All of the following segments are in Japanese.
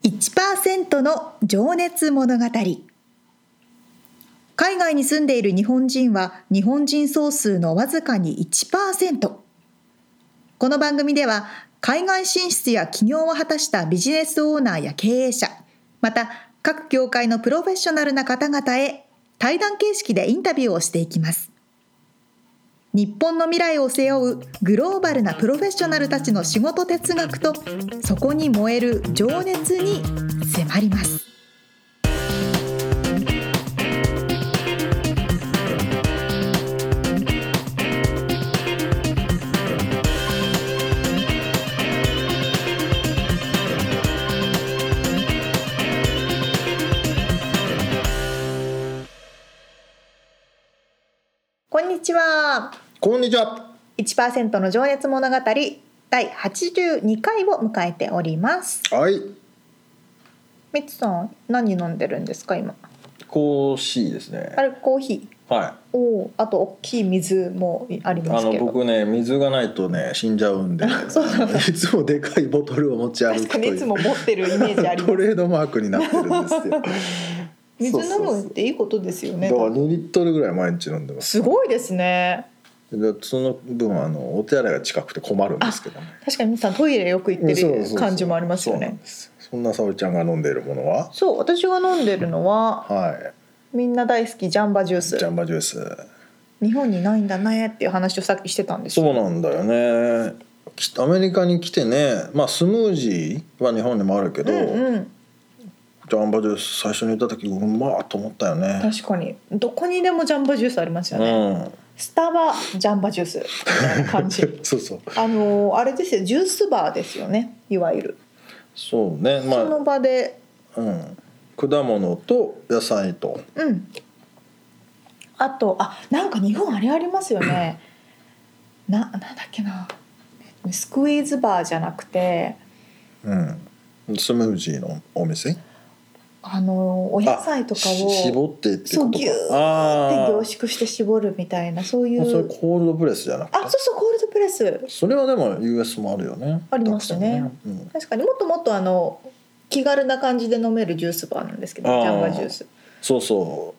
1% の情熱物語。海外に住んでいる日本人は日本人総数のわずかに 1%。この番組では海外進出や起業を果たしたビジネスオーナーや経営者、また各業界のプロフェッショナルな方々へ対談形式でインタビューをしていきます。日本の未来を背負うグローバルなプロフェッショナルたちの仕事哲学とそこに燃える情熱に迫ります。こんにちは。 こんにちは。 1% の情熱物語第82回を迎えております。 はい。 みつさん、何飲んでるんですか今？ コーヒーですね。 あれコーヒー。はい。 あと大きい水もありますけど。 僕ね、水がないとね死んじゃうんで、 そういつもでかいボトルを持ち歩くという。 確かにいつも持ってるイメージあります。 トレードマークになってるんですよ。 水飲むっていいことですよね。 だから2リットルぐらい毎日飲んでます。 すごいですね。 でその分お手洗いが近くて困るんですけどね。 確かに皆さんトイレよく行ってる感じもありますよね。 そんな沙織ちゃんが飲んでいるものは？ そう、私が飲んでるのは、 はい、 みんな大好きジャンバジュース。 ジャンバジュース。 日本にないんだねっていう話をさっきしてたんですよ。 そうなんだよね。アメリカに来てね、スムージーは日本にもあるけど、ジャンバジュース最初に言った時うまーと思ったよね。 確かにどこにでもジャンバジュースありますよね、スタバジャンバジュースみたいな感じそうそう、 あれですよ、ジュースバーですよね、いわゆる。 そうね、 その場で、 果物と野菜と、 あとなんか日本あれありますよね。なんだっけな、スクイーズバーじゃなくて、 スムージーのお店、 お野菜とかを絞ってってことか。 そうギューって凝縮して絞るみたいな、そういう。 それコールドプレスじゃなくて。 そうそう、コールドプレス。 それはでも US もあるよね。 ありますね。確かにもっともっと気軽な感じで飲めるジュースバーなんですけど、ジャンバジュース。 そうそう。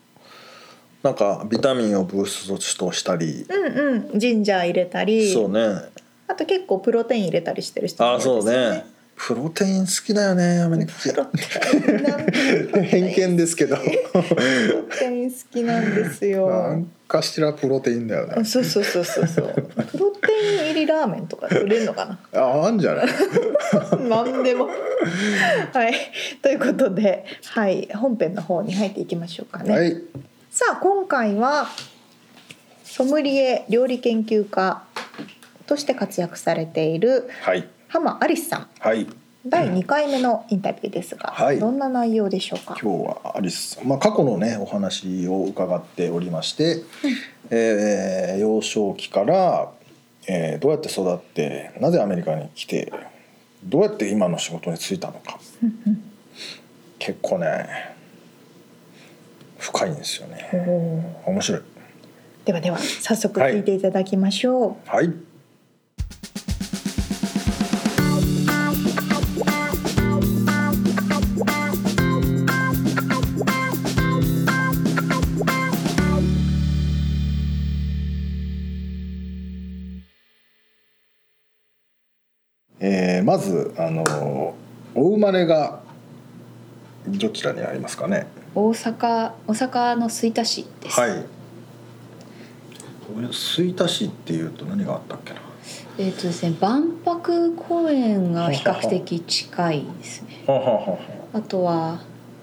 なんかビタミンをブーストしたり、 ジンジャー入れたり、 そうね。あと結構プロテイン入れたりしてる人もいるんですよね。 そうね。プロテイン好きだよね、アメリカ人。偏見ですけど。プロテイン好きなんですよ。 なんかしらプロテインだよね。 そう。プロテイン入りラーメンとか売れるのかな。 あんじゃない。 なんでも。はい。ということで、本編の方に入っていきましょうかね。 はい。 さあ今回はソムリエ料理研究家として活躍されている、浜アリスさん、第2回目のインタビューですが、どんな内容でしょうか？ 今日はアリスさん、過去のねお話を伺っておりまして、幼少期から、どうやって育ってなぜアメリカに来てどうやって今の仕事に就いたのか結構ね深いんですよね。面白い。 では早速聞いていただきましょう。 はい。まずお生まれがどちらにありますかね？ 大阪の吹田市です。 吹田市っていうと何があったっけな。 ですね、万博公園が比較的近いですね。あとは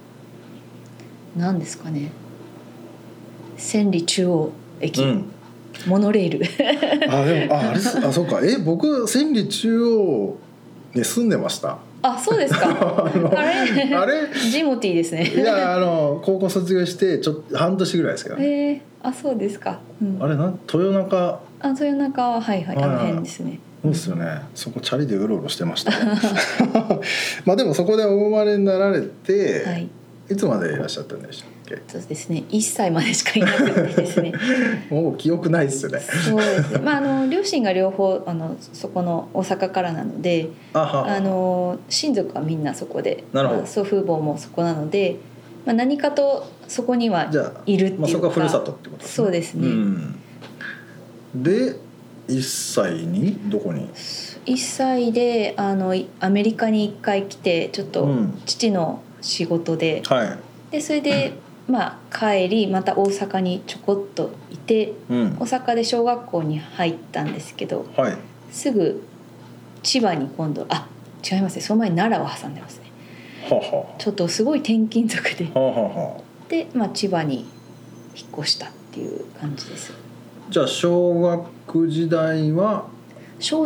何ですかね、千里中央駅、モノレール。 でもそうか。僕千里中央に住んでました。 そうですか。あれジモティーですね。 いや高校卒業して半年ぐらいですけど、 そうですか。 あれ豊中。 豊中はあの辺ですね。 そうですよね。そこチャリでうろうろしてました。でもそこでお生まれになられて、いつまでいらっしゃったんでしたっけ？ そうですね、1歳までしかいなくてですねもう記憶ないですよね。 そうですね、両親が両方そこの大阪からなので、親族はみんなそこで、祖父母もそこなので、何かとそこにはいるっていうか、 そこがふるさとってことですね。 そうですね、 で1歳にどこに ？1歳でアメリカに1回来て、ちょっと父の仕事で、でそれで帰りまた大阪にちょこっといて、大阪で小学校に入ったんですけど、すぐ千葉に今度違いますね、その前に奈良を挟んでますね。ちょっとすごい転勤族で、で、千葉に引っ越したっていう感じです。 じゃあ小学時代は小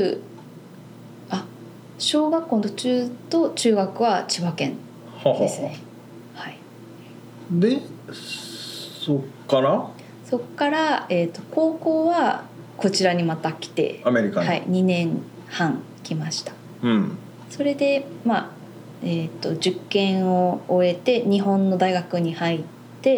学校の途中と中学は千葉県ですね。 でそっから、 高校はこちらにまた来て、 アメリカに、 2年半来ました。それで受験を終えて日本の大学に入って、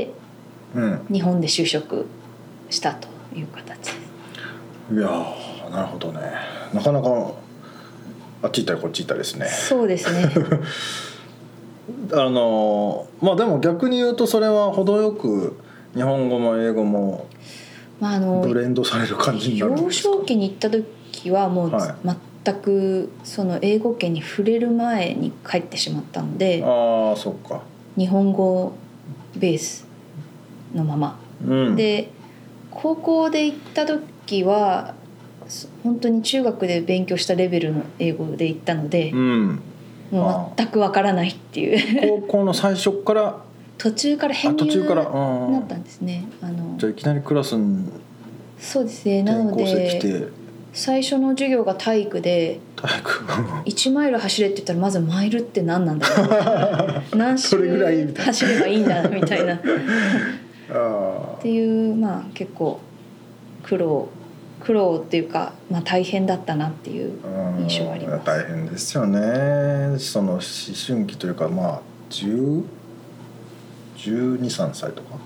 日本で就職したという形です。 いやなるほどね。なかなかあっち行ったりこっち行ったりですね。 そうですねでも逆に言うとそれは程よく日本語も英語もブレンドされる感じになるんですか？ 幼少期に行った時はもう全くその英語圏に触れる前に帰ってしまったので、 そっか、 日本語ベースのまま、で高校で行った時は本当に中学で勉強したレベルの英語で行ったので、もう全くわからないっていう高校の最初から途中から編入になったんですね。 じゃあいきなりクラスにそうですね。なので最初の授業が体育で、1マイル走れって言ったらまずマイルって何なんだろう何周走ればいいんだみたいなっていう、結構苦労っていうか、大変だったなっていう印象はあります。 大変ですよね。その思春期というか12、13歳とか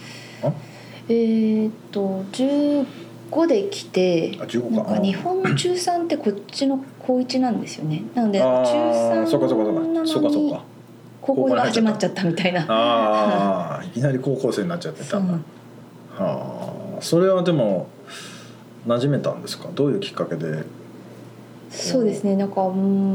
15で来て、なんか日本の中3ってこっちの高1なんですよね。なので中3なのに高校が始まっちゃったみたいな。 いきなり高校生になっちゃってたんだ。それはでも馴染めたんですか？どういうきっかけで？ そうですね、なんか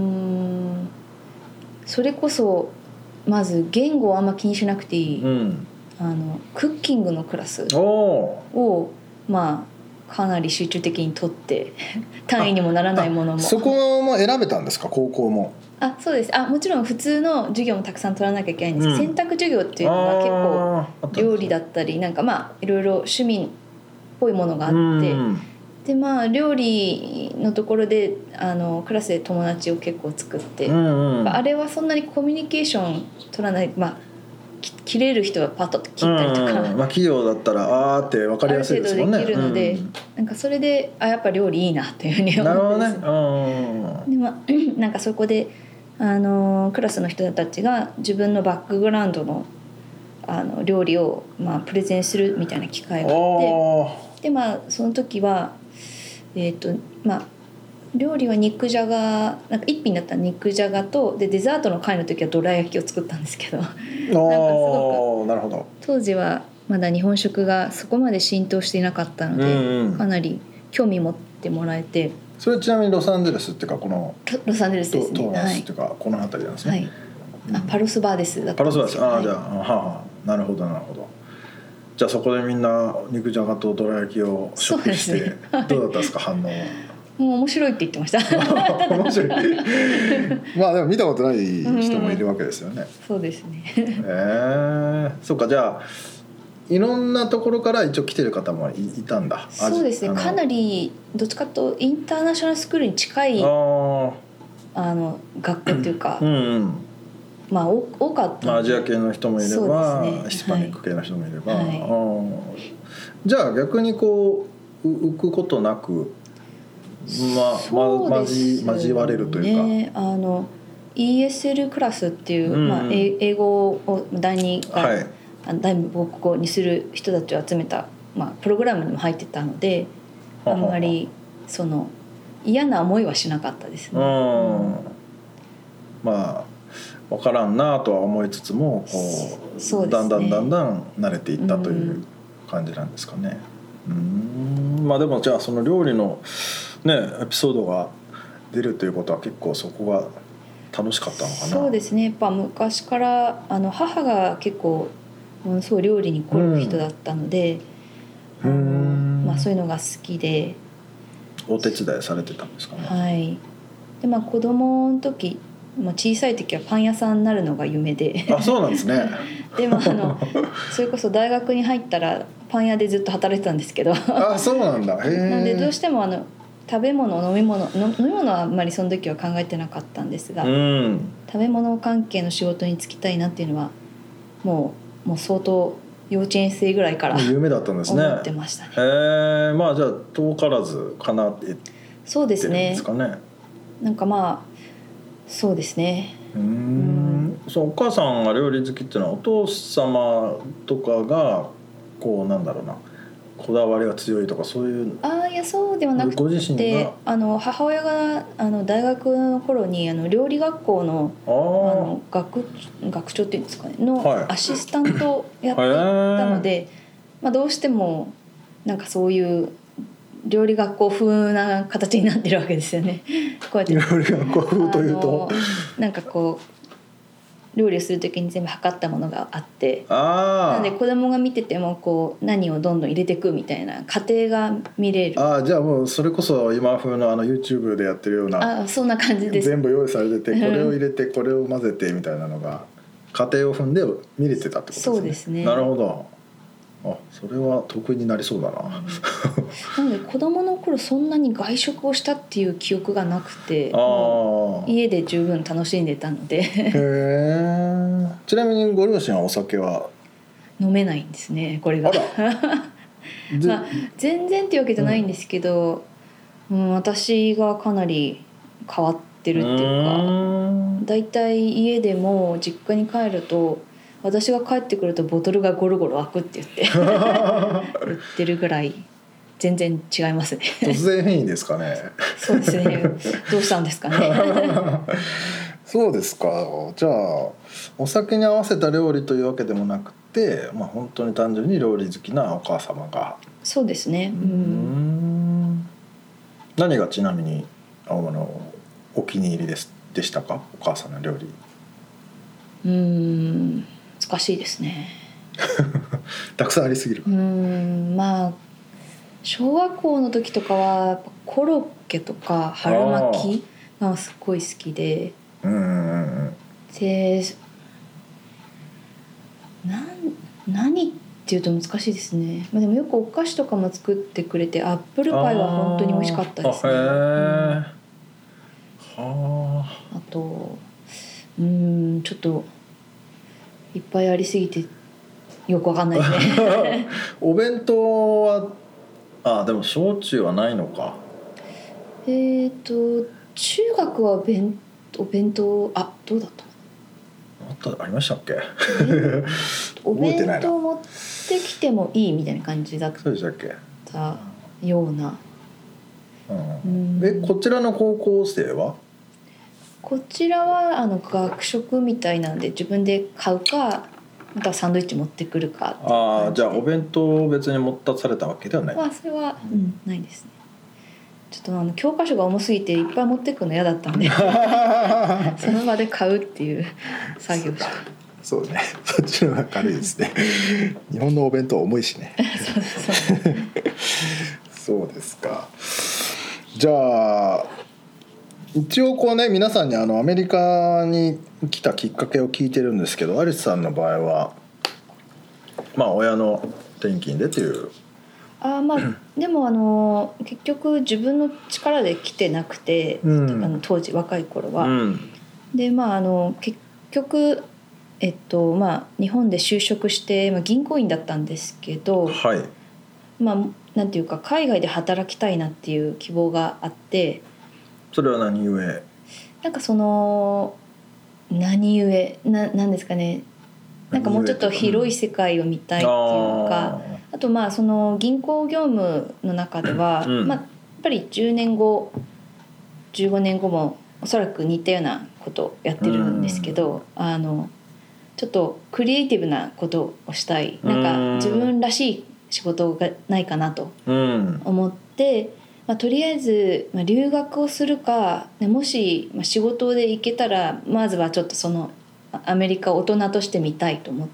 それこそまず言語をあんま気にしなくていい、クッキングのクラスをかなり集中的に取って単位にもならないものも。 そこも選べたんですか？高校も。 そうです。もちろん普通の授業もたくさん取らなきゃいけないんですけど、選択授業っていうのが結構料理だったりなんかいろいろ趣味っぽいものがあって、で料理のところでクラスで友達を結構作って、あれはそんなにコミュニケーション取らない、切れる人はパッと切ったりとか、 企業だったらって分かりやすいですもんね。 ある程度できるので、なんかそれでやっぱ料理いいなっていうふうに思うんです。なるほどね。でなんかそこでクラスの人たちが自分のバックグラウンドの料理をプレゼンするみたいな機会があって、でその時は料理は肉じゃが、なんか一品だったら肉じゃがと、でデザートの会の時はどら焼きを作ったんですけどなんかすごくなるほど。 当時はまだ日本食がそこまで浸透していなかったので、かなり興味持ってもらえて。 それちなみにロサンゼルスっていうかこのロサンゼルスですね。 トーラスっていうか、この辺りなんですね。 パロスバーデスだったんです。 パロスバーデス。じゃあなるほどなるほど。じゃあそこでみんな肉じゃがとどら焼きを食して、どうだったんですか？反応は。もう面白いって言ってました面白いでも見たことない人もいるわけですよね。 そうですね。 そうか。じゃあいろんなところから一応来てる方も いたんだ。 そうですね。かなりどっちかとインターナショナルスクールに近い学校っていうか、多かった。 アジア系の人もいれば、ヒスパニック系の人もいれば、じゃあ逆にこう浮くことなく交われるというか、 ESL クラスっていう、英語を第二が、 だいぶ母国語にする人たちを集めた、プログラムにも入ってたので、あんまりその嫌な思いはしなかったですね。 まあ分からんなとは思いつつもこう、だんだん慣れていったという感じなんですかね。まあでもじゃあその料理のねエピソードが出るということは結構そこが楽しかったのかな。 そうですね。やっぱ昔から母が結構すごい料理に凝る人だったので、そういうのが好きで。 お手伝いされてたんですかね。 はい。で子供の時、小さい時はパン屋さんになるのが夢で。 あ、そうなんですね。 でもそれこそ大学に入ったらパン屋でずっと働いてたんですけど。 あ、そうなんだ。 なんでどうしても食べ物飲み物はあんまりその時は考えてなかったんですが、食べ物関係の仕事に就きたいなっていうのはもう相当幼稚園生ぐらいから夢だったんですね。 思ってましたね。 まあじゃあ遠からずかなってそうですね。なんかそうですね。 そうお母さんが料理好きっていうのはお父様とかがこうなんだろうなこだわりが強いとかそういう。 いやそうではなくて、 ご自身が母親が大学の頃に料理学校の学長っていうんですかねのアシスタントをやっていたので、どうしてもなんかそういう料理学校風な形になってるわけですよね。こうやって料理学校風というとなんかこう料理をする時に全部測ったものがあって、なので子供が見ててもこう何をどんどん入れていくみたいな過程が見れる。 じゃあもうそれこそ今風のYouTube でやってるようなそんな感じです。 全部用意されててこれを入れてこれを混ぜてみたいなのが過程を踏んで見れてたってことですね。 そうですね。 なるほど。それは得意になりそうだな。 なので子供の頃そんなに外食をしたっていう記憶がなくて、家で十分楽しんでたので。 ちなみにご両親はお酒は飲めないんですね。これが全然っていうわけじゃないんですけど、私がかなり変わってるっていうか、だいたい家でも実家に帰ると私が帰ってくるとボトルがゴロゴロ開くって言ってるぐらい全然違いますね。 突然変異ですかね。 そうですね。どうしたんですかね。 そうですか。じゃあお酒に合わせた料理というわけでもなくて、本当に単純に料理好きなお母様が。 そうですね。 何がちなみにお気に入りでしたか、お母さんの料理。 難しいですね。 たくさんありすぎる。 小学校の時とかはコロッケとか春巻きがすっごい好きで、で何っていうと難しいですね。でもよくお菓子とかも作ってくれてアップルパイは本当に美味しかったですね。あとちょっといっぱいありすぎてよくわかんないね。 お弁当はでも小中はないのか。 中学はお弁当どうだったありましたっけ。 お弁当持ってきてもいいみたいな感じだったような。 こちらの高校生はこちらは学食みたいなんで自分で買うかまたサンドイッチ持ってくるかって。 じゃあお弁当を別に持たされたわけではない。 それは、ないですね。ちょっと教科書が重すぎていっぱい持ってくの嫌だったんでその場で買うっていう作業した。 そうね、そっちの方が軽いですね。日本のお弁当は重いしね。そうですか。じゃあ一応こうね、皆さんにアメリカに来たきっかけを聞いてるんですけど、アリスさんの場合は親の転勤でという。 でも結局自分の力で来てなくて、当時若い頃は、で結局日本で就職して、銀行員だったんですけど、なんていうか海外で働きたいなっていう希望があって。 それは何故？ なんか何故なんですかね。 なんかもうちょっと広い世界を見たいっていうのか、あとまあその銀行業務の中では、まあ、やっぱり10年後15年後もおそらく似たようなことをやってるんですけど、ちょっとクリエイティブなことをしたい、なんか自分らしい仕事がないかなと思って、まあ、とりあえず留学をするか、もし仕事で行けたらまずはちょっとそのアメリカを大人として見たいと思って、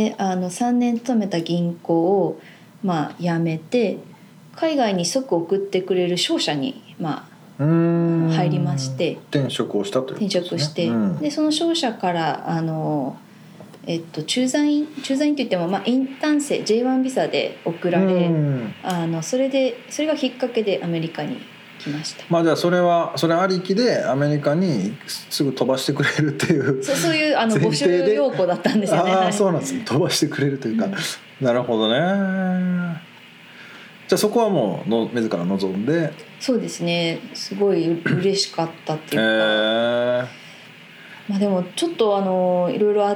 で3年勤めた銀行をまあ辞めて、海外に即送ってくれる商社にまあ入りまして、 転職をしたということですね。 転職して、でその商社から駐在員といっても、まあ、インターン生 J1 ビザで送られ、それがきっかけでアメリカに来ました。 まあ、じゃあそれありきでアメリカにすぐ飛ばしてくれるっていうそういう募集要項だったんですよね。 そうなんです。飛ばしてくれるというか、なるほどね。じゃあそこはもう自ら望んで。 そうですね、すごい嬉しかったっていうか、まあ、でもちょっといろいろあって、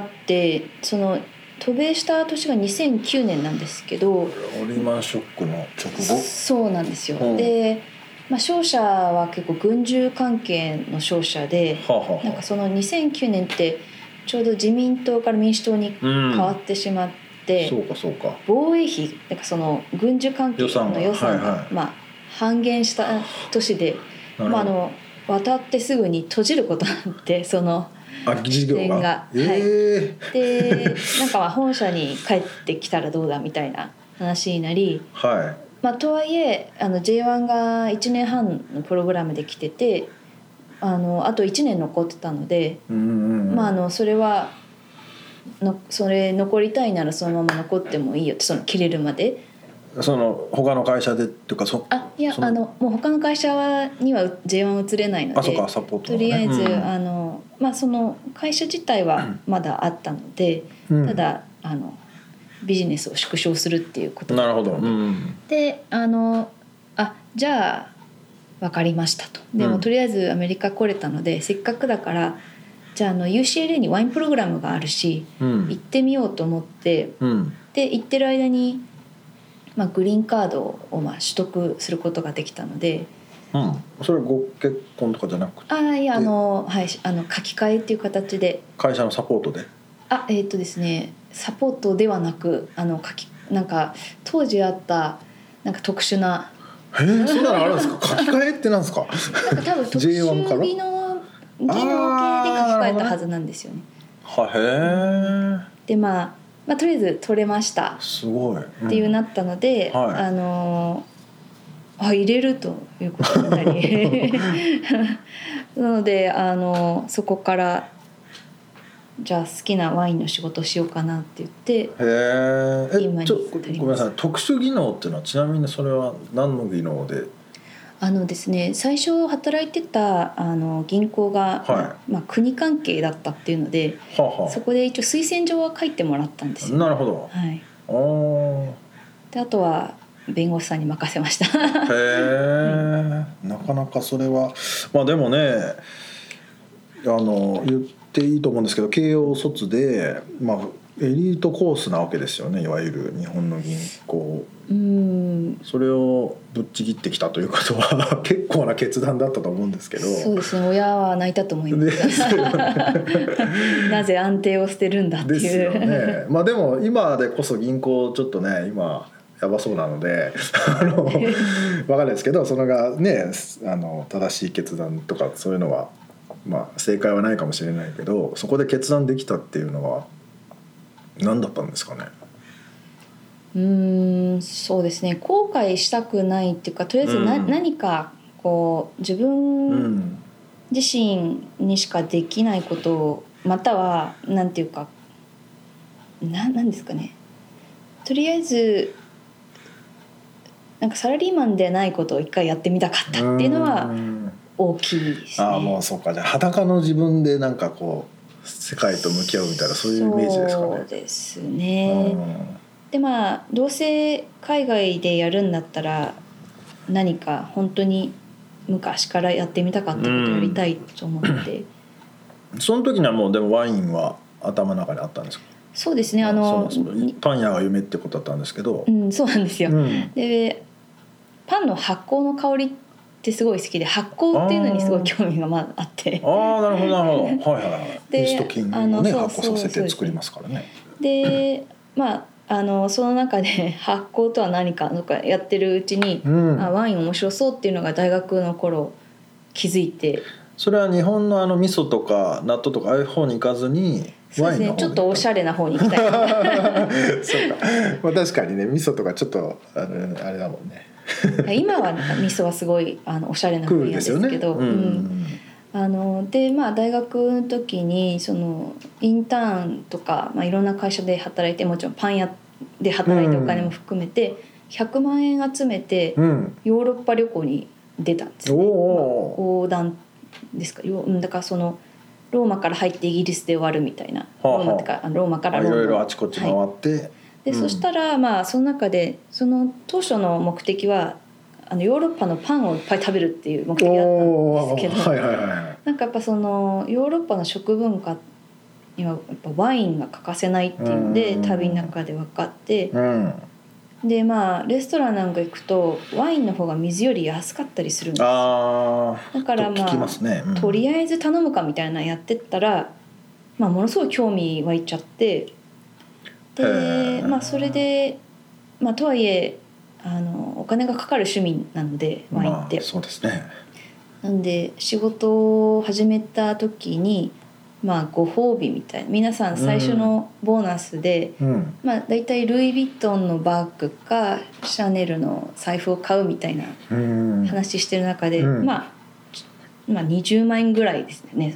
その渡米した年が2009年なんですけど、 リーマンショックの直後。 そうなんですよ。で、まあ、商社は結構軍需関係の商社で、なんかその2009年ってちょうど自民党から民主党に変わってしまって、 そうか防衛費、なんかその軍需関係の予算がまあ半減した年で、まあ、渡ってすぐに閉じることになって、その事業が、 でなんかまあ本社に帰ってきたらどうだみたいな話になり、まあ、とはいえJ1 が1年半のプログラムで来てて、あと1年残ってたので、まあ、それ残りたいならそのまま残ってもいいよって、その切れるまで。 その他の会社でっていうか、 いやもう他の会社には J1 移れないので、 サポート、 とりあえず、まあ、その会社自体はまだあったので、ただビジネスを縮小するっていうことだったので、でじゃあ分かりましたと。でもとりあえずアメリカ来れたので、せっかくだからじゃあUCLA にワインプログラムがあるし、行ってみようと思って、で行ってる間にまあ、グリーンカードをまあ取得することができたので、 それはご結婚とかじゃなくて、 いやはい、書き換えっていう形で、 会社のサポートで、 ですね、サポートではなくなんか当時あったなんか特殊な、 そんなのあるんですか？書き換えってなんですか？ なんか多分特殊技能系で書き換えたはずなんですよね。でまあ、とりあえず取れました、 すごい、 っていうなったので、入れるということになりなのでそこからじゃあ好きなワインの仕事をしようかなって言って今に至ります。 ごめんなさい、特殊技能っていうのはちなみにそれは何の技能で？ ですね、最初働いてた銀行が、まあ、国関係だったっていうので、そこで一応推薦状は書いてもらったんですよ。 なるほど、 であとは弁護士さんに任せました。 なかなかそれはまあでもね、言っていいと思うんですけど、慶応卒で、まあ、エリートコースなわけですよね、いわゆる日本の銀行。それをぶっちぎってきたということは結構な決断だったと思うんですけど。 そうですね、親は泣いたと思います。なぜ安定を捨てるんだっていう。ですよね。 まあでも今でこそ銀行ちょっとね、今やばそうなので分かんないですけど、それがね正しい決断とかそういうのは、まあ、正解はないかもしれないけど、そこで決断できたっていうのは何だったんですかね？ そうですね、後悔したくないっていうか、とりあえず何かこう自分自身にしかできないことを、またはなんていうかなんですかね、とりあえずなんかサラリーマンでないことを一回やってみたかったっていうのは大きいですね。 もうそうか、じゃあ裸の自分でなんかこう世界と向き合うみたいな、そういうイメージですかね。 そうですね。でまあどうせ海外でやるんだったら何か本当に昔からやってみたかったことをやりたいと思って、 その時にはもうでもワインは頭の中にあったんですか？ そうですね、 パン屋が夢ってことだったんですけど、 そうなんですよ、でパンの発酵の香りってすごい好きで、発酵っていうのにすごい興味があって、 なるほどなるほど、はいはいはい、イースト菌をね発酵させて作りますからね。 でその中で発酵とは何かとかやってるうちに、ワイン面白そうっていうのが大学の頃気づいて。 それは日本の味噌とか納豆とかああいう方に行かずに、 そうですね、ちょっとおしゃれな方に行きたいそうか、確かにね、味噌とかちょっとあれだもんね今は味噌はすごいおしゃれな分野ですけど、で大学の時にそのインターンとか、いろんな会社で働いて、もちろんパン屋で働いてお金も含めて100万円集めてヨーロッパ旅行に出たんですよね、横断ですか。だからそのローマから入ってイギリスで終わるみたいな、ローマからロンドン、 いろいろあちこち回って、 でそしたらその中でその当初の目的はヨーロッパのパンをいっぱい食べるっていう目的だったんですけど、なんかやっぱそのヨーロッパの食文化にはやっぱワインが欠かせないっていうので旅の中で分かって、でレストランなんか行くとワインの方が水より安かったりするんですよ。だからとりあえず頼むかみたいなのやってったら、ものすごい興味湧いちゃって、でそれでとはいえお金がかかる趣味なのでワインって、 そうですね。 なんで仕事を始めた時にご褒美みたいな、皆さん最初のボーナスで、だいたいルイ・ヴィットンのバッグかシャネルの財布を買うみたいな話してる中で、20万円ぐらいですね、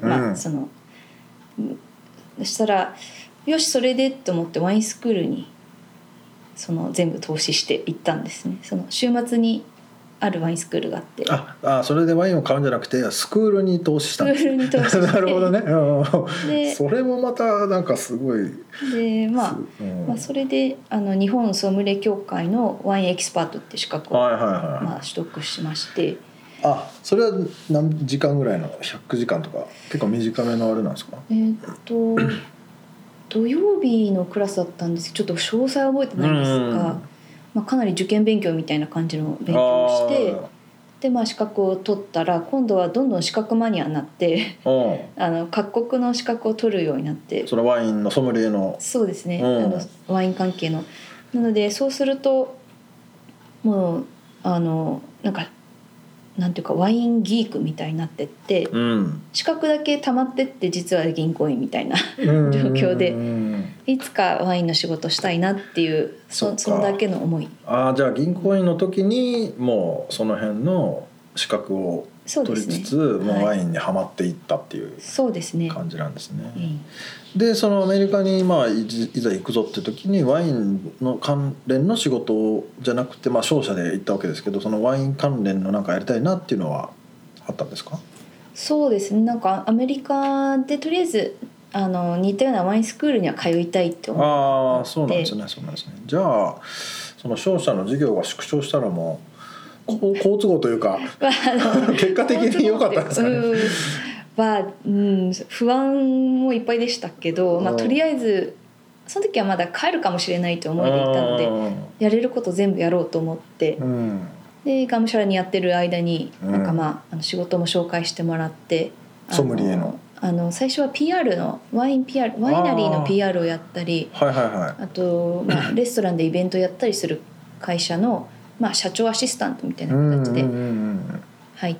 そしたらよしそれでと思ってワインスクールに全部投資していったんですね。その週末にあるワインスクールがあって、 それでワインを買うんじゃなくてスクールに投資したんですね。なるほどね。でそれもまたなんかすごいでそれで日本ソムリエ協会のワインエキスパートって資格を取得しまして、 それは何時間ぐらいの100時間とか結構短めのあれなんですか？ 土曜日のクラスだったんですけど、ちょっと詳細は覚えてないんですが、かなり受験勉強みたいな感じの勉強をして、で資格を取ったら今度はどんどん資格マニアになって各国の資格を取るようになって、 そのワインのソムリエの、 そうですね、ワイン関係のなので、そうするともうなんていうかワインギークみたいになってって、資格だけ溜まってって実は銀行員みたいな状況で、いつかワインの仕事したいなっていう、そのだけの思い。 じゃあ銀行員の時にもうその辺の資格を取りつつ、もうワインにはまっていったっていう感じなんですね。でそのアメリカにいざ行くぞって時にワインの関連の仕事じゃなくて、商社で行ったわけですけど、そのワイン関連のなんかやりたいなっていうのはあったんですか？ そうですね、なんかアメリカでとりあえず似たようなワインスクールには通いたいって思って。 そうなんですね。じゃあその商社の事業が縮小したらもう好都合というか結果的に良かったんですかね。 不安もいっぱいでしたけど、とりあえずその時はまだ帰るかもしれないと思いでいたので、やれること全部やろうと思って、でがむしゃらにやってる間に仕事も紹介してもらって、 ソムリエの最初は PR のワイナリーの PR をやったり、あとレストランでイベントやったりする会社の社長アシスタントみたいな形で入って、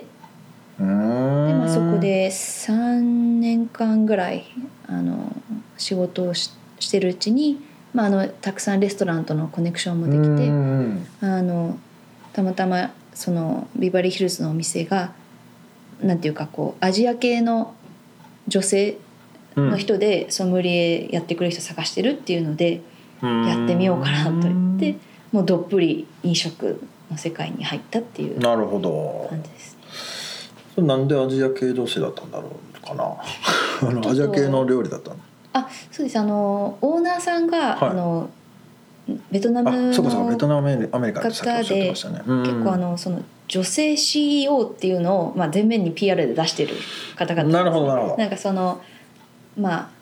でそこで3年間ぐらい仕事をしてるうちに、たくさんレストランとのコネクションもできて、たまたまそのビバリーヒルズのお店がなんていうかアジア系の女性の人でソムリエやってくれる人探してるっていうので、やってみようかなと言って、もうどっぷり飲食の世界に入ったっていう感じですね。 それなんでアジア系女性だったんだろうかなアジア系の料理だったの？ そうです。オーナーさんが、ベトナムのベトナムアメリカってさっきおっしゃってましたね。 結構その女性 CEO っていうのを前面に PR で出してる方々。 なるほど。 なんかその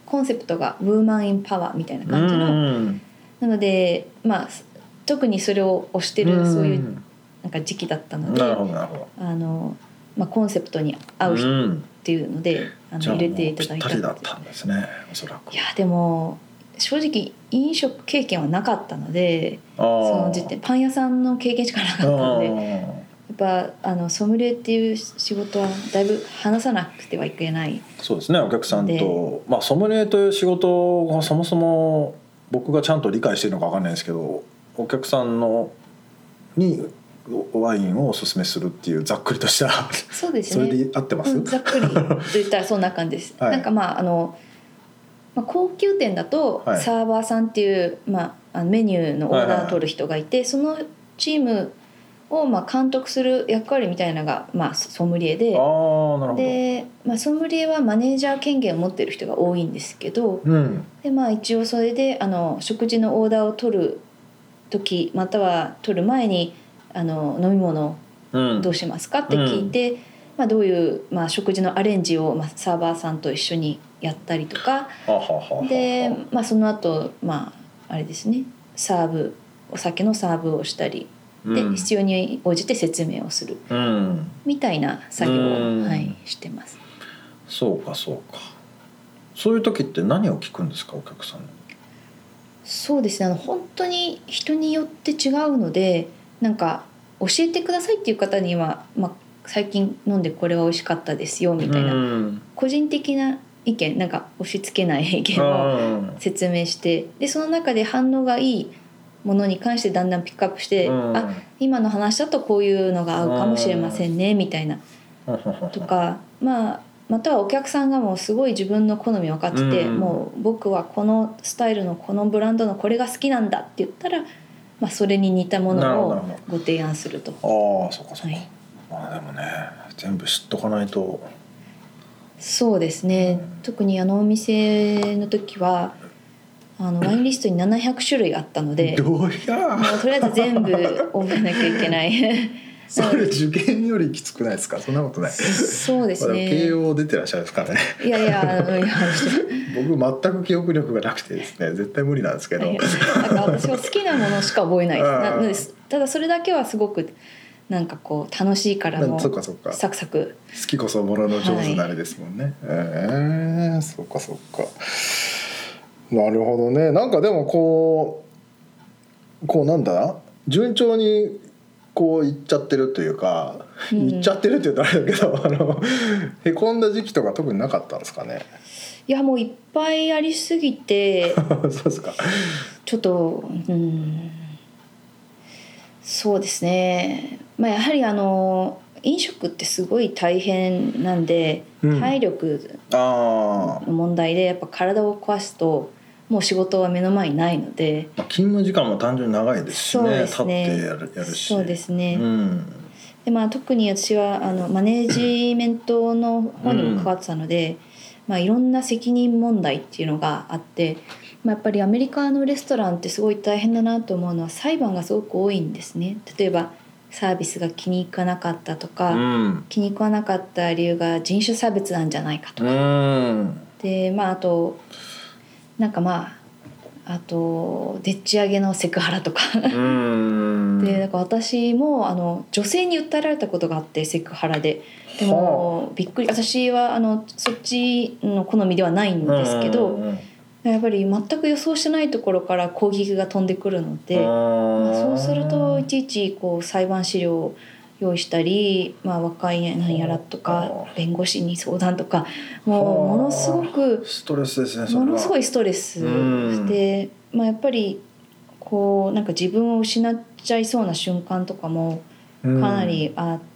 コンセプトがウーマン・イン・パワーみたいな感じの、なので、まあ、特にそれを推してるそういうなんか時期だったので、まあ、コンセプトに合う人っていうので入れていただいた。 ぴったりだったんですね、おそらく。 いやでも正直飲食経験はなかったので、その時点パン屋さんの経験しかなかったので、やっぱソムリエっていう仕事はだいぶ話さなくてはいけない。 そうですね、お客さんと、まあ、ソムリエという仕事がそもそも僕がちゃんと理解しているのか分かんないですけど、お客さんにワインをおすすめするっていうざっくりとしたそうですね、 それで合ってます？ ざっくりと言ったらそんな感じです、はい、なんかまあ高級店だとサーバーさんっていう、まあ、メニューのオーダーを取る人がいて、そのチームをまあ監督する役割みたいなのがまあソムリエで、で、まあ、ソムリエはマネージャー権限を持ってる人が多いんですけど、でまあ、一応それで食事のオーダーを取る時または取る前に飲み物どうしますかって聞いて、まあ、どういう、まあ、食事のアレンジを、まあ、サーバーさんと一緒にやったりとかで、まあ、その後、まああれですね、サーブお酒のサーブをしたりで、必要に応じて説明をする、みたいな作業を、はい、してます。 そうかそうか。そういう時って何を聞くんですか、お客さんに。 そうですね、本当に人によって違うので、なんか教えてくださいっていう方には、まあ、最近飲んでこれは美味しかったですよみたいな、個人的な意見、なんか押し付けない意見を説明して、でその中で反応がいいものに関してだんだんピックアップして、あ、今の話だとこういうのが合うかもしれませんねみたいなとか、まあまたはお客さんがもうすごい自分の好み分かってて、もう僕はこのスタイルのこのブランドのこれが好きなんだって言ったら、まあ、それに似たものをご提案すると。 ああ、そうかそうか、はい、まあでもね、全部知っとかないと。 そうですね、特にお店の時はワインリストに700種類あったので、 どうやもうとりあえず全部覚えなきゃいけないそれ受験よりきつくないですか？そんなことない。 そうですね、 慶応出てらっしゃるんですかね。いや僕全く記憶力がなくてですね、絶対無理なんですけど、なんか私は好きなものしか覚えないです。ただそれだけはすごくなんかこう楽しいからもうサクサク、 好きこそものの上手なあれですもんね、はい、そうかそうか、なるほどね。なんかでもこうなんだ、順調にこういっちゃってるというか、いっちゃってるって言ったらあれだけど、へこんだ時期とか特になかったんですかね。 いやもういっぱいありすぎてそうですか。 ちょっとそうですね、まあ、やはり飲食ってすごい大変なんで、体力の問題でやっぱ体を壊すともう仕事は目の前にないので、 勤務時間も単純に長いですしね、立ってやるし。 そうですね、でまあ、特に私はマネージメントの方にも関わってたので、まあ、いろんな責任問題っていうのがあって、まあ、やっぱりアメリカのレストランってすごい大変だなと思うのは裁判がすごく多いんですね。例えばサービスが気に入らなかったとか、気に入らなかった理由が人種差別なんじゃないかとか、でまああとなんかまああとでっち上げのセクハラとかで、なんか私も女性に訴えられたことがあって、セクハラで。でもびっくり、私はそっちの好みではないんですけど、やっぱり全く予想してないところから攻撃が飛んでくるので、まあ、そうするといちいちこう裁判資料を用意したり、まあ、和解なんやらとか弁護士に相談とか、もうものすごくストレスですね。それはものすごいストレスで、まあ、やっぱりこうなんか自分を失っちゃいそうな瞬間とかもかなりあって、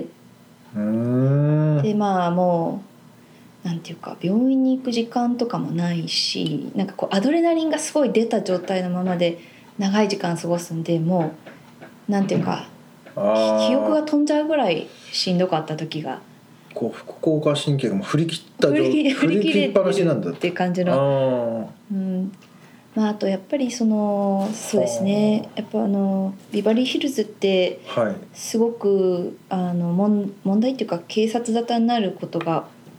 でまあもうなんていうか病院に行く時間とかもないし、なんかこうアドレナリンがすごい出た状態のままで長い時間過ごすんで、もうなんていうか記憶が飛んじゃうぐらいしんどかった時が、 こう副交感神経がもう振り切った振り切っぱなしなんだっていう感じの、まあ、あとやっぱりそうですね、やっぱビバリーヒルズってすごく問題っていうか警察沙汰になることが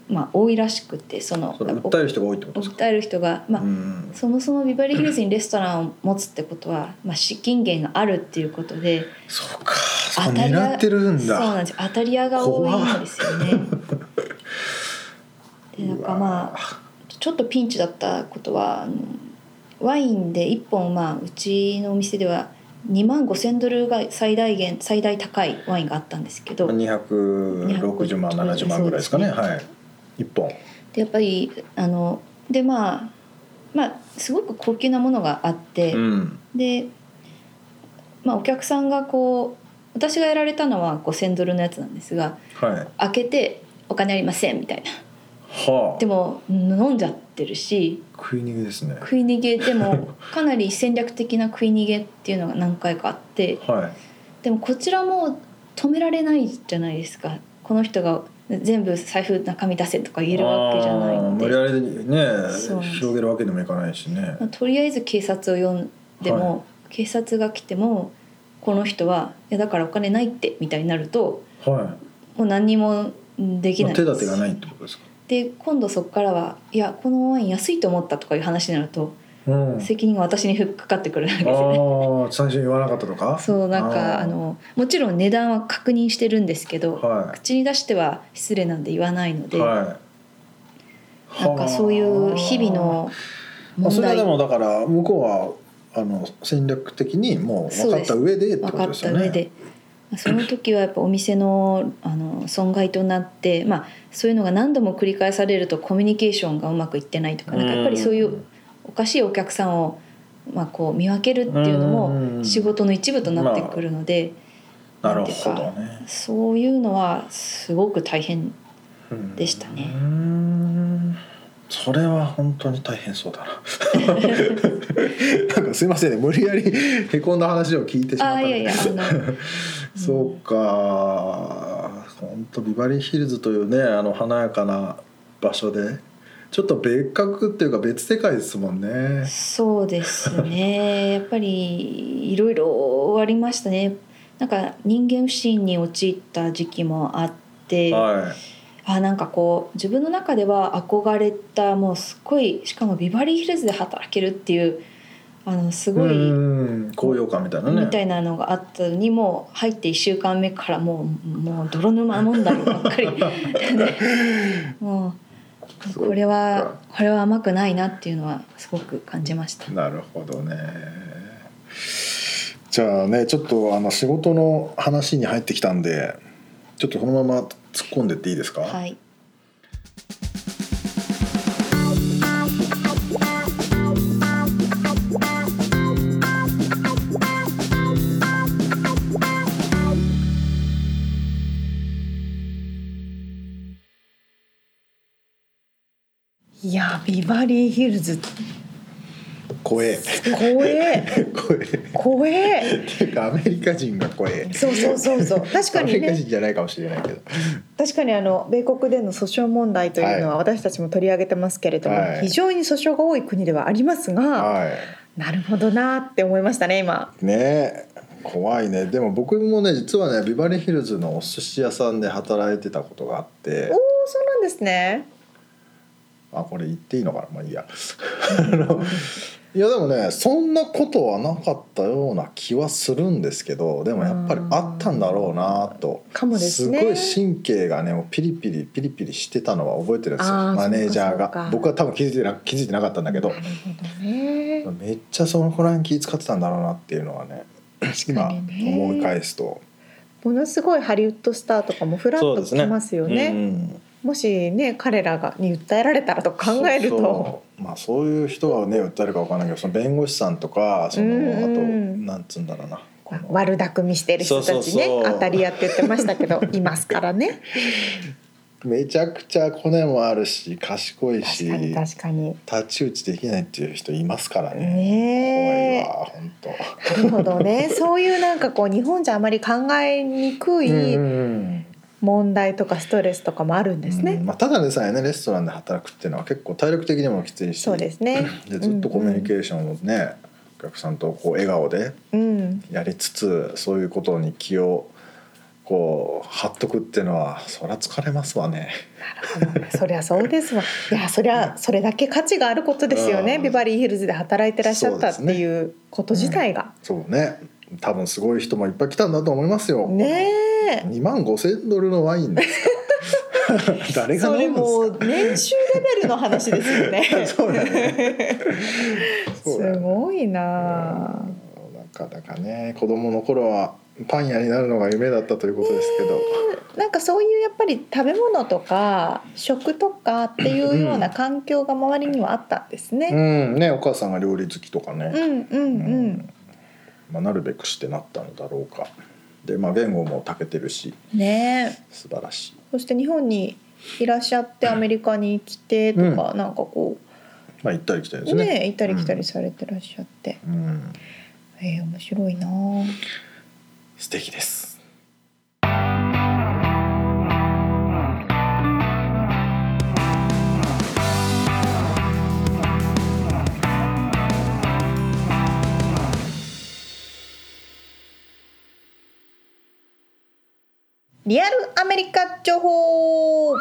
多いらしくて、 それ訴える人が多いってことですか？ 訴える人が、そもそもビバリーヒルズにレストランを持つってことは、資金源があるっていうことで、 そうか、そこ狙ってるんだ。 そうなんですよ、当たり屋が多いんですよね。でなんかちょっとピンチだったことは、ワインで1本、うちのお店では$25,000が最大高いワインがあったんですけど、 260万70万ぐらいですかね、はい、1本でやっぱりですごく高級なものがあって、で、お客さんが私がやられたのは$5,000のやつなんですが、開けてお金ありませんみたいな、でも飲んじゃってるし、 食い逃げですね。 食い逃げでもかなり戦略的な食い逃げっていうのが何回かあって、でもこちらも止められないじゃないですか。この人が全部財布中身出せとか言えるわけじゃないので、 無理やりね広げるわけにもいかないしね、 とりあえず警察を呼んでも、警察が来てもこの人はいやだからお金ないってみたいになると、もう何にもできないです。 手立てがないってことですか？ で今度そこからはいやこのワイン安いと思ったとかいう話になると、責任が私にかかってくるわけですね。 最初に言わなかったとか？ そうもちろん値段は確認してるんですけど、口に出しては失礼なんで言わないので、なんかそういう日々の問題、 それはでもだから向こうは戦略的にもう分かった上でってことですよね。 分かった上で、その時はやっぱお店の損害となって、そういうのが何度も繰り返されるとコミュニケーションがうまくいってないとか、やっぱりそういうおかしいお客さんを見分けるっていうのも仕事の一部となってくるので、 なるほどね、 そういうのはすごく大変でしたね。 それは本当に大変そうだな。なんかすいませんね、無理やりへこんだ話を聞いてしまったので。そうか、本当ビバリーヒルズというね華やかな場所でちょっと別格っていうか別世界ですもんね。そうですね。やっぱりいろいろありましたね。なんか人間不信に陥った時期もあって、なんか自分の中では憧れた、もうすごい、しかもビバリーヒルズで働けるっていうすごい高揚感みたいなねみたいなのがあったのに、もう入って1週間目からもう泥沼問題ばっかりもうこれは甘くないなっていうのはすごく感じました。 なるほどね。じゃあね、ちょっと仕事の話に入ってきたんで、ちょっとこのまま突っ込んでっていいですか？ はい。いやビバリーヒルズ怖えっていうかアメリカ人が怖え。 そう確かにね、 アメリカ人じゃないかもしれないけど、 確かに米国での訴訟問題というのは私たちも取り上げてますけれども、非常に訴訟が多い国ではありますが、なるほどなって思いましたね今ね。怖いね。でも僕もね実はねビバリーヒルズのお寿司屋さんで働いてたことがあって。 そうなんですね。 これ言っていいのかな、まあいいや。いやでもねそんなことはなかったような気はするんですけど、でもやっぱりあったんだろうなと。 かもですね。 すごい神経がねもうピリピリしてたのは覚えてるんですよ、マネージャーが。僕は多分気づいてなかったんだけど、めっちゃそのくらい気使ってたんだろうなっていうのはね今思い返すと。 ものすごいハリウッドスターとかもフラッと来ますよね。もしね彼らに訴えられたらと考えると、 そういう人がね訴えるか分からないけど、その弁護士さんとかあとなんつうんだろうな、 悪巧みしてる人たちね、当たり屋って言ってましたけどいますからね。 めちゃくちゃコネもあるし賢いし、 確かに太刀打ちできないっていう人いますからね。怖いわ本当。 なるほどね。そういうなんか日本じゃあまり考えにくい問題とかストレスとかもあるんですね。 ただでさえねレストランで働くっていうのは結構体力的にもきついし、 そうですね。 でずっとコミュニケーションをね、お客さんと笑顔でやりつつ、そういうことに気をこう貼っとくっていうのはそりゃ疲れますわね。 なるほどね。そりゃそうですわ。いやそりゃそれだけ価値があることですよね、ビバリーヒルズで働いてらっしゃったっていうこと自体が。 そうね、多分すごい人もいっぱい来たんだと思いますよ。 ねえ。 $25,000のワインですか。誰が飲むんですか。 それもう年収レベルの話ですよね。 そうだね。 すごいな。 なかなかね、子供の頃はパン屋になるのが夢だったということですけど、 なんかそういうやっぱり食べ物とか食とかっていうような環境が周りにはあったんですね。 ね、お母さんが料理好きとかね、なるべくしてなったのだろうか。で、言語も長けてるし、 ね、 素晴らしい。 そして日本にいらっしゃってアメリカに来てとか、なんかこう、 行ったり来たりですね。 行ったり来たりされてらっしゃって、面白いな。 素敵です。 リアルアメリカ情報。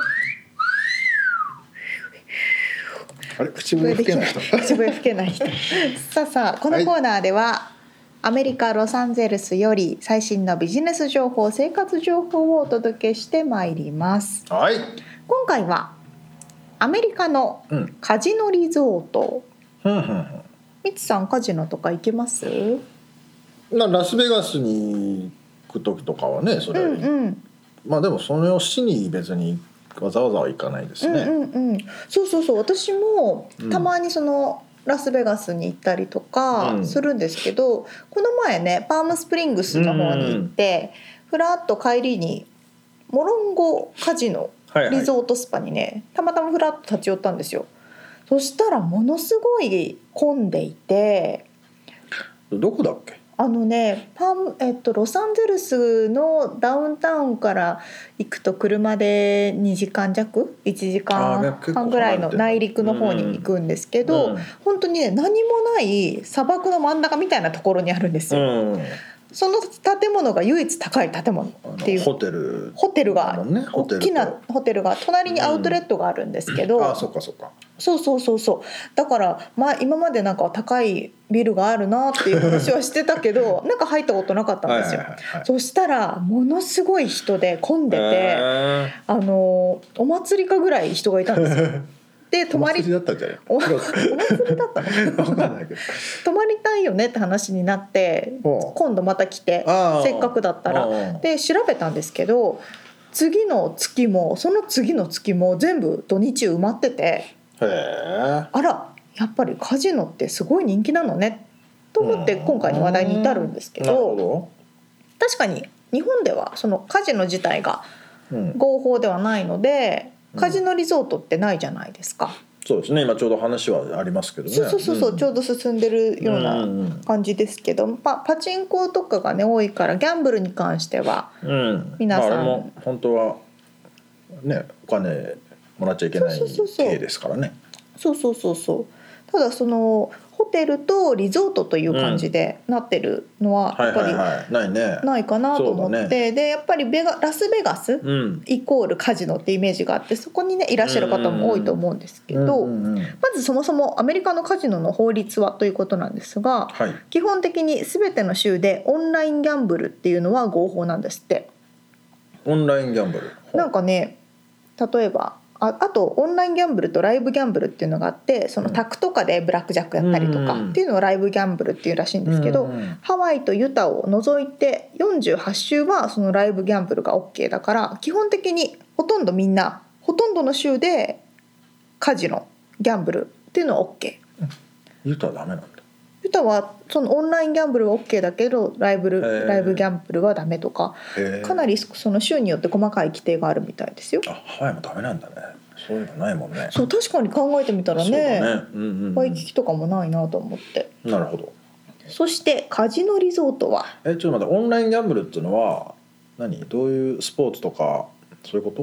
あれ、口笛吹けない人。 口笛吹けない人。さあこのコーナーでは、アメリカ・ロサンゼルスより最新のビジネス情報、生活情報をお届けしてまいります。 はい。 今回はアメリカのカジノリゾート。みつさんカジノとか行けます？ ラスベガスに行く時とかはね、それ、でもそれをしに別にわざわざは行かないですね。 そう私もたまにそのラスベガスに行ったりとかするんですけど、この前ねパームスプリングスの方に行って、ふらっと帰りにモロンゴカジノリゾートスパにね、たまたまふらっと立ち寄ったんですよ。そしたらものすごい混んでいて。 どこだっけ？ ロサンゼルスのダウンタウンから行くと車で2時間弱1時間半ぐらいの内陸の方に行くんですけど、本当にね何もない砂漠の真ん中みたいなところにあるんですよ。その建物が唯一高い建物っていうホテルが、大きなホテルが隣にアウトレットがあるんですけど、 そうかそうだから、今までなんか高いビルがあるなっていう話はしてたけどなんか入ったことなかったんですよ。そしたらものすごい人で混んでて、お祭りかぐらい人がいたんですよ。でお祭りだったんじゃない？ お祭りだったの？ 分かんないけど泊まりたいよねって話になって今度また来て、せっかくだったらで調べたんですけど、次の月もその次の月も全部土日埋まってて、あらやっぱりカジノってすごい人気なのねと思って今回の話題に至るんですけど、確かに日本ではそのカジノ自体が合法ではないので、カジノリゾートってないじゃないですか。 そうですね、今ちょうど話はありますけどね。 そう、ちょうど進んでるような感じですけど、パチンコとかがね多いからギャンブルに関しては皆さん、 あれも本当はねお金もらっちゃいけない系ですからね。 そうただそのホテルとリゾートという感じでなってるのはやっぱりないかなと思って、でやっぱりラスベガスイコールカジノってイメージがあって、そこにねいらっしゃる方も多いと思うんですけど、まずそもそもアメリカのカジノの法律はということなんですが、基本的に全ての州でオンラインギャンブルっていうのは合法なんですって。 オンラインギャンブルなんかね、例えばあとオンラインギャンブルとライブギャンブルっていうのがあって、その宅とかでブラックジャックやったりとかっていうのをライブギャンブルっていうらしいんですけど、ハワイとユタを除いて48州はそのライブギャンブルが OK だから、基本的にほとんどの州でカジノギャンブルっていうのは OK。 ユタはダメなんだ。 ユタはそのオンラインギャンブルは OK だけどライブギャンブルはダメとか、かなりその州によって細かい規定があるみたいですよ。 ハワイもダメなんだね。そういうのないもんね。 そう、確かに考えてみたらね、ワイキキとかもないなと思って。 なるほど。 そしてカジノリゾートはちょっと待って、オンラインギャンブルっていうのはどういうスポーツとかそういうこと？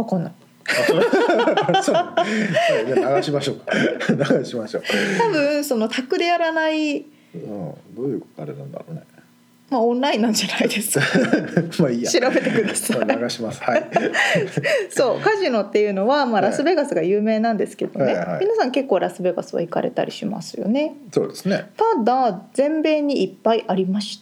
わかんない。 流しましょう。 多分その宅でやらない、 どういうあれなんだろうね。 まあオンラインなんじゃないですかまあいいや、 調べてください、 まあ、流します。はいそうカジノっていうのは、まあ、ラスベガスが有名なんですけどね、 はいはいはい、 皆さん結構ラスベガスは行かれたりしますよね。 そうですね。 ただ全米にいっぱいありまして、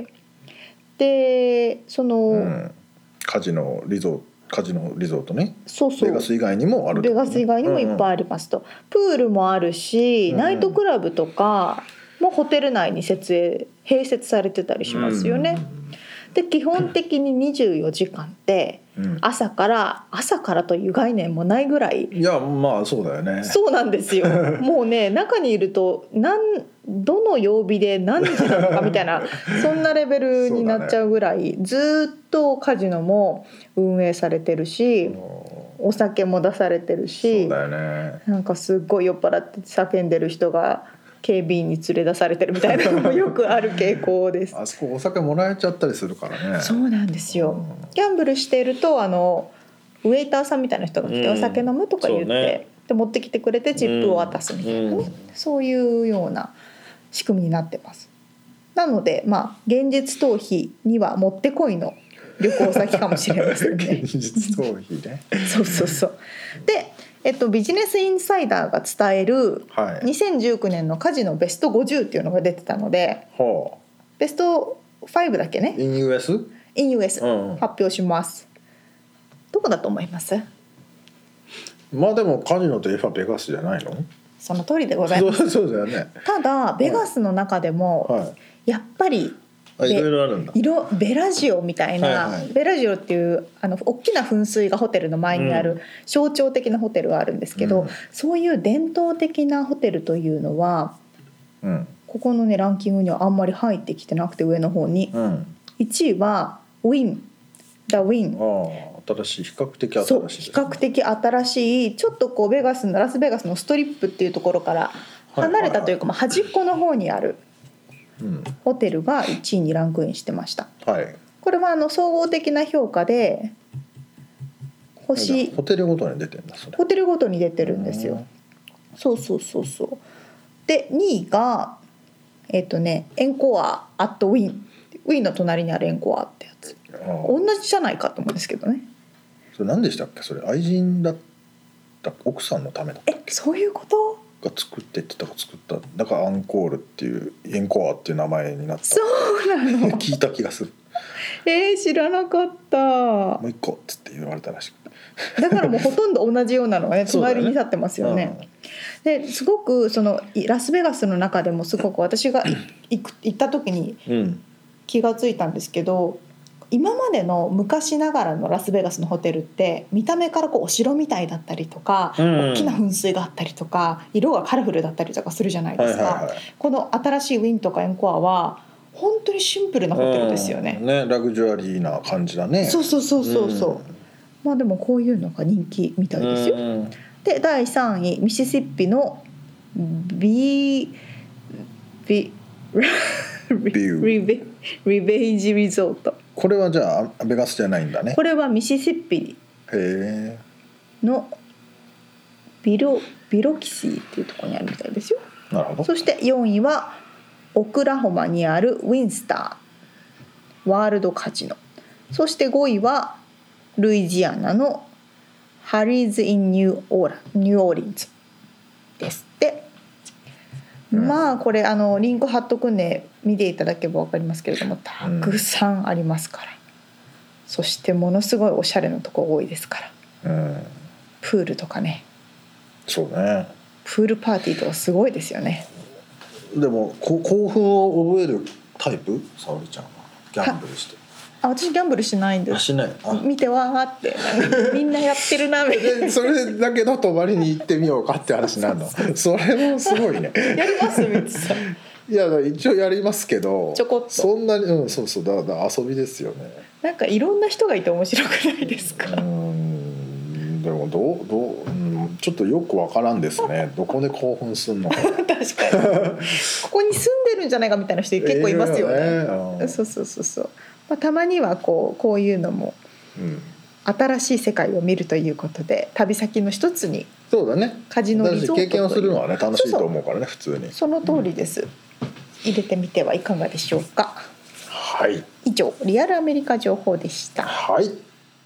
でその、 カジノリゾートね。 そうそう、 ベガス以外にもある、 ベガス以外にもいっぱいありますと、プールもあるし、ナイトクラブとかもホテル内に併設されてたりしますよね。で基本的に24時間で朝からという概念もないぐらい、 いやまあそうだよね。 そうなんですよもうね中にいるとどの曜日で何時なのかみたいなそんなレベルになっちゃうぐらい、ずっとカジノも運営されてるし、お酒も出されてるし、 そうだよね、 なんかすっごい酔っ払って叫んでる人が警備員に連れ出されてるみたいなのもよくある傾向ですあそこお酒もらえちゃったりするからね。 そうなんですよ。ギャンブルしているとウェイターさんみたいな人が来て、お酒飲むとか言って、ね、で持ってきてくれてチップを渡すみたいな、ね、そういうような仕組みになってます。なのでまあ現実逃避にはもってこいの旅行先かもしれませんね現実逃避ねそうそうそう。でビジネスインサイダーが伝える2019年のカジノベスト50っていうのが出てたので、 はあ、 ベスト5だけね In US? In US、発表します。どこだと思います？ まあでもカジノといえばベガスじゃないの？ その通りでございます。 そうだよね。 ただベガスの中でも、やっぱりいろいろあるんだ。 ベラジオみたいな、ベラジオっていう大きな噴水がホテルの前にある象徴的なホテルがあるんですけど、そういう伝統的なホテルというのは、ここのねランキングにはあんまり入ってきてなくて、上の方に、1位はウィン、The Win。 新しい、比較的新しい、 そう比較的新しい、ちょっとこうラスベガスのストリップっていうところから離れたというか、端っこの方にあるホテルが1位にランクインしてました。これは総合的な評価でホテルごとに出てるんだ。それホテルごとに出てるんですよ。そうで2位がエンコアアットウィンの隣にあるエンコアってやつ、同じじゃないかと思うんですけどね。 それ何でしたっけ？それ愛人だった奥さんのためだったっけ？ そういうことが作ってって言ったか作っただからアンコールっていうエンコアっていう名前になった。 そうなの聞いた気がする。 知らなかった。もう一個っつって言われたらしく、だからもうほとんど同じようなのがね隣に立ってますよね。ですごくラスベガスの中でもすごく私が行った時に気がついたんですけど、今までの昔ながらのラスベガスのホテルって見た目からお城みたいだったりとか、大きな噴水があったりとか色がカラフルだったりとかするじゃないですか。この新しいウィンとかエンコアは本当にシンプルなホテルですよね。 ラグジュアリーな感じだね。 そう、まあでもこういうのが人気みたいですよ。で第3位ミシシッピのリベイジリゾート。 これはじゃあベガスじゃないんだね。 これはミシシッピのビロキシーっていうところにあるみたいですよ。 なるほど。 そして4位はオクラホマにあるウィンスターワールドカジノ。そして5位はルイジアナのハリーズ・イン・ニューオーリンズですって。まあこれリンク貼っとくんで見ていただければ分かりますけれども、たくさんありますから、そしてものすごいおしゃれなとこ多いですから、プールとかね。 そうね。 プールパーティーとかすごいですよね。 でも興奮を覚えるタイプ？沙織ちゃんはギャンブルして。 私ギャンブルしないんです。 しない。 見てわーってみんなやってるなみたいな。 それだけど泊まりに行ってみようかって話になるの。それもすごいね。 やりますみつさん。 いや一応やりますけど、 ちょこっとそんなにそうだ遊びですよね。 なんかいろんな人がいて面白くないですか？ でもちょっとよくわからんですね。どこで興奮するのか。 確かにここに住んでるんじゃないかみたいな人結構いますよね。そう、まあ、たまにはこういうのも、新しい世界を見るということで旅先の一つにそうだね。 カジノリゾートという経験をするのはね楽しいと思うからね。普通にその通りです。入れてみてはいかがでしょうか。 はい。 はい、 以上リアルアメリカ情報でした。 はい。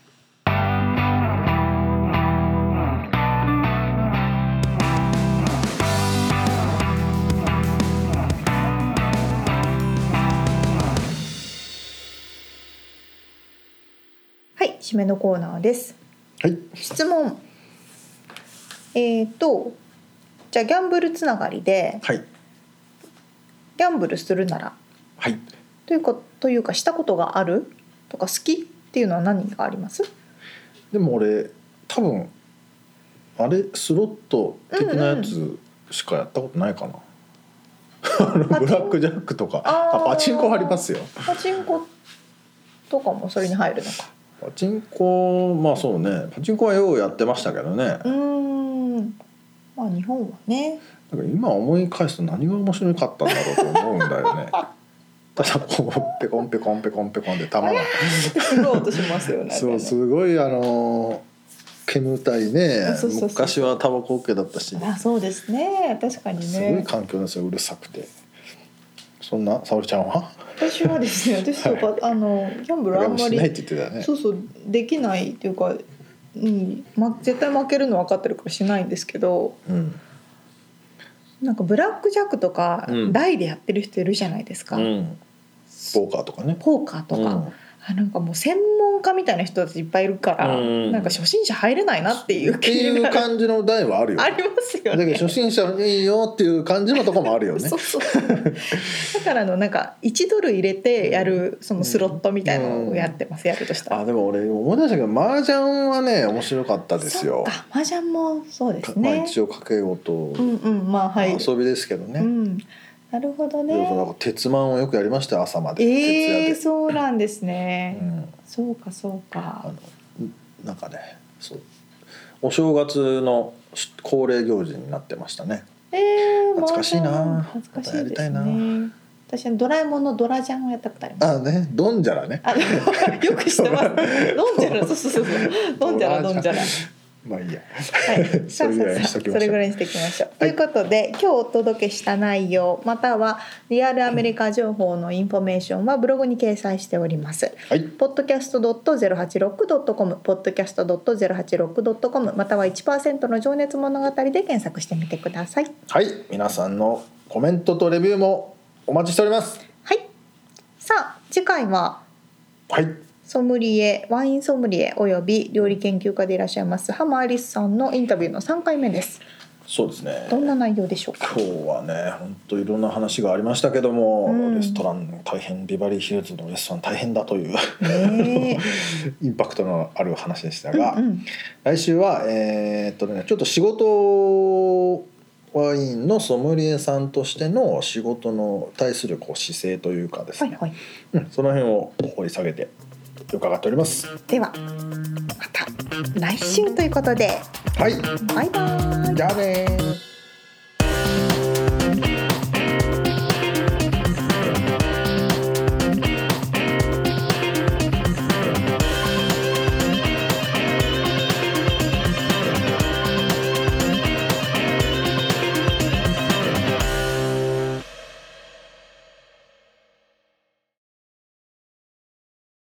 はい、締めのコーナーです。 はい、 質問。じゃあギャンブルつながりで、 はい、 ギャンブルするなら、 はい、 というかしたことがあるとか好きっていうのは何があります？ でも俺多分あれスロット的なやつしかやったことないかな、ブラックジャックとかパチンコありますよ。 パチンコとかもそれに入るのか。 パチンコまあそうね、パチンコはようやってましたけどね。 まあ日本はね。 だから今思い返すと何が面白かったんだろうと思うんだよね。ただこうペコンペコンペコンペコンで玉がすごい音しますよね。 そうすごい煙たいね。 そう昔はタバコ OK だったし。 そうですね、確かにね。 すごい環境ですよ、うるさくて。そんな沙織ちゃんは？ 私はですね、私とかギャンブルあんまりないって言ってたね。 そうできないっていうか、絶対負けるの分かってるからしないんですけど、なんかブラックジャックとか台でやってる人いるじゃないですか。ポーカーとかね。 ポーカーとか。なんかもう専門家みたいな人たちいっぱいいるから、なんか初心者入れないなっていう感じの台はあるよ。 ありますよね。 だけど初心者いいよっていう感じのとこもあるよね。 そうだからなんか1ドル入れてやるそのスロットみたいなのをやってます、やるとしたら。 でも俺思い出したけど麻雀はね面白かったですよ。 そうか、麻雀もそうですね。 一応掛け事、遊びですけどね。 なるほどね。 なんか鉄マンをよくやりましたよ、朝まで。 そうなんですね。そうか。 なんかね、お正月の恒例行事になってましたね。懐かしいな。 懐かしいですね。私はドラえもんのドラジャンをやったことあります。 ドンジャラね。 よく知ってます。ドンジャラ、そう。ドンジャラ。 まあいいや。 それぐらいにしておきましょう。ということで、今日お届けした内容またはリアルアメリカ情報のインフォメーションはブログに掲載しております。podcast.086.com podcast.086.com または 1% の情熱物語で検索してみてください。 はい、皆さんのコメントとレビューもお待ちしております。 はい。さあ次回はワインソムリエおよび料理研究家でいらっしゃいます浜アリスさんのインタビューの3回目です。 そうですね。 どんな内容でしょうか。 今日はね、本当いろんな話がありましたけども、レストラン大変、ビバリーヒルズのレストラン大変だというインパクトのある話でしたが、来週はちょっと仕事ワインのソムリエさんとしての仕事の対する姿勢というかですね、その辺を掘り下げて伺っております。 ではまた来週ということで、 はい、 バイバイ。 じゃあね。